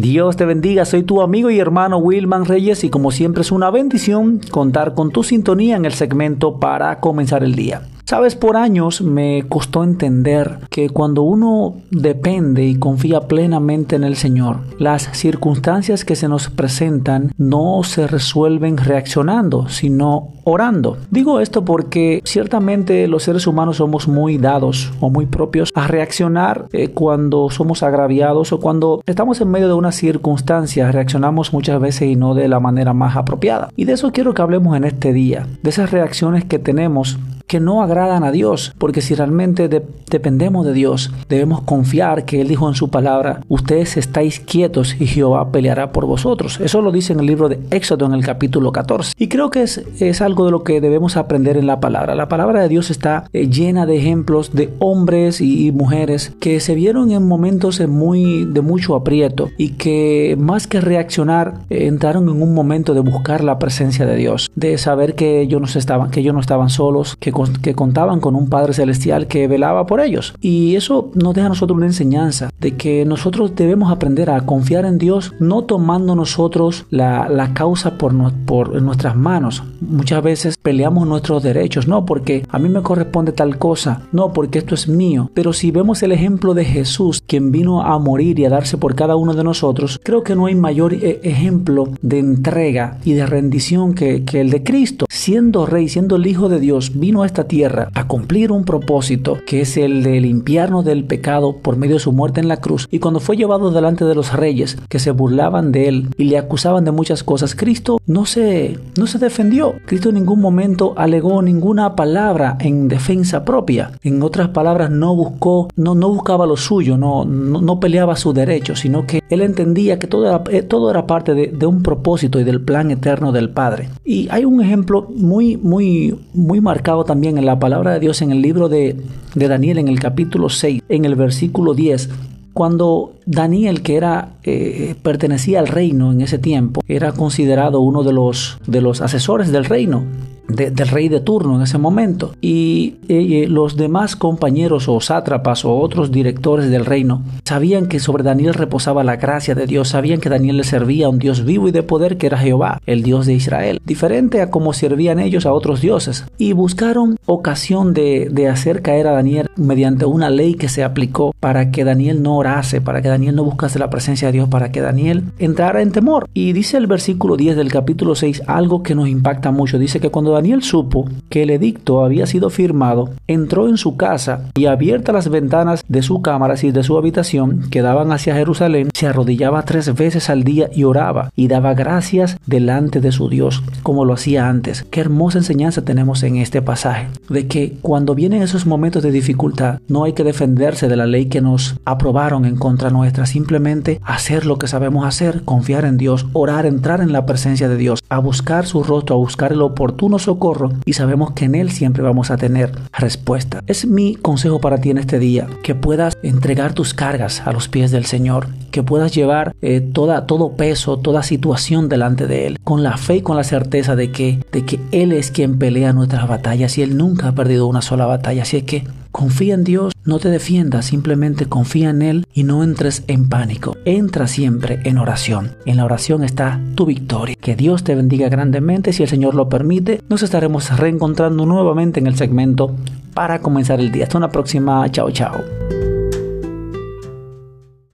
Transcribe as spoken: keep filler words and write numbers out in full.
Dios te bendiga, soy tu amigo y hermano Wilman Reyes y como siempre es una bendición contar con tu sintonía en el segmento para comenzar el día. Sabes, por años me costó entender que cuando uno depende y confía plenamente en el Señor, las circunstancias que se nos presentan no se resuelven reaccionando, sino orando. Digo esto porque ciertamente los seres humanos somos muy dados o muy propios a reaccionar eh, cuando somos agraviados o cuando estamos en medio de una circunstancia. Reaccionamos muchas veces y no de la manera más apropiada. Y de eso quiero que hablemos en este día, de esas reacciones que tenemos que no agradan a Dios, porque si realmente de, dependemos de Dios, debemos confiar que Él dijo en su palabra: ustedes estáis quietos y Jehová peleará por vosotros. Eso lo dice en el libro de Éxodo en el capítulo catorce. Y creo que es, es algo de lo que debemos aprender en la palabra. La palabra de Dios está eh, llena de ejemplos de hombres y, y mujeres que se vieron en momentos de, muy, de mucho aprieto y que más que reaccionar eh, entraron en un momento de buscar la presencia de Dios, de saber que ellos no estaban, que ellos no estaban solos, que que contaban con un Padre Celestial que velaba por ellos. Y eso nos deja a nosotros una enseñanza de que nosotros debemos aprender a confiar en Dios, no tomando nosotros la, la causa por, no, por nuestras manos. Muchas veces peleamos nuestros derechos, no porque a mí me corresponde tal cosa, no porque esto es mío. Pero si vemos el ejemplo de Jesús, quien vino a morir y a darse por cada uno de nosotros, creo que no hay mayor e- ejemplo de entrega y de rendición que, que el de Cristo. Siendo rey, siendo el Hijo de Dios, vino a esta tierra a cumplir un propósito que es el de limpiarnos del pecado por medio de su muerte en la cruz. Y cuando fue llevado delante de los reyes que se burlaban de él y le acusaban de muchas cosas, Cristo no se, no se defendió. Cristo en ningún momento alegó ninguna palabra en defensa propia. En otras palabras, no buscó, no, no buscaba lo suyo, no, no, no peleaba su derecho, sino que él entendía que todo era, todo era parte de, de un propósito y del plan eterno del Padre. Y hay un ejemplo muy, muy, muy marcado también en la palabra de Dios en el libro de, de Daniel, en el capítulo seis, en el versículo diez. Cuando Daniel, que era eh, pertenecía al reino en ese tiempo, era considerado uno de los, de los asesores del reino, de, del rey de turno en ese momento, y eh, los demás compañeros o sátrapas o otros directores del reino sabían que sobre Daniel reposaba la gracia de Dios, sabían que Daniel le servía a un Dios vivo y de poder que era Jehová, el Dios de Israel, diferente a como servían ellos a otros dioses, y buscaron ocasión de, de hacer caer a Daniel mediante una ley que se aplicó para que Daniel no orase, para que Daniel no buscase la presencia de Dios, para que Daniel entrara en temor. Y dice el versículo diez del capítulo seis algo que nos impacta mucho. Dice que cuando Daniel supo que el edicto había sido firmado, entró en su casa y, abiertas las ventanas de su cámara y de su habitación que daban hacia Jerusalén, se arrodillaba tres veces al día y oraba y daba gracias delante de su Dios, como lo hacía antes. Qué hermosa enseñanza tenemos en este pasaje, de que cuando vienen esos momentos de dificultad, no hay que defenderse de la ley que nos aprobaron en contra nuestra, simplemente hacer lo que sabemos hacer, confiar en Dios, orar, entrar en la presencia de Dios, a buscar su rostro, a buscar el oportuno socorro, y sabemos que en Él siempre vamos a tener respuesta. Es mi consejo para ti en este día, que puedas entregar tus cargas a los pies del Señor, que puedas llevar eh, toda, todo peso, toda situación delante de Él, con la fe y con la certeza de que, de que Él es quien pelea nuestras batallas y Él nunca ha perdido una sola batalla. Así es que confía en Dios, no te defiendas, simplemente confía en Él y no entres en pánico. Entra siempre en oración. En la oración está tu victoria. Que Dios te bendiga grandemente. Si el Señor lo permite, nos estaremos reencontrando nuevamente en el segmento para comenzar el día. Hasta una próxima. Chao, chao.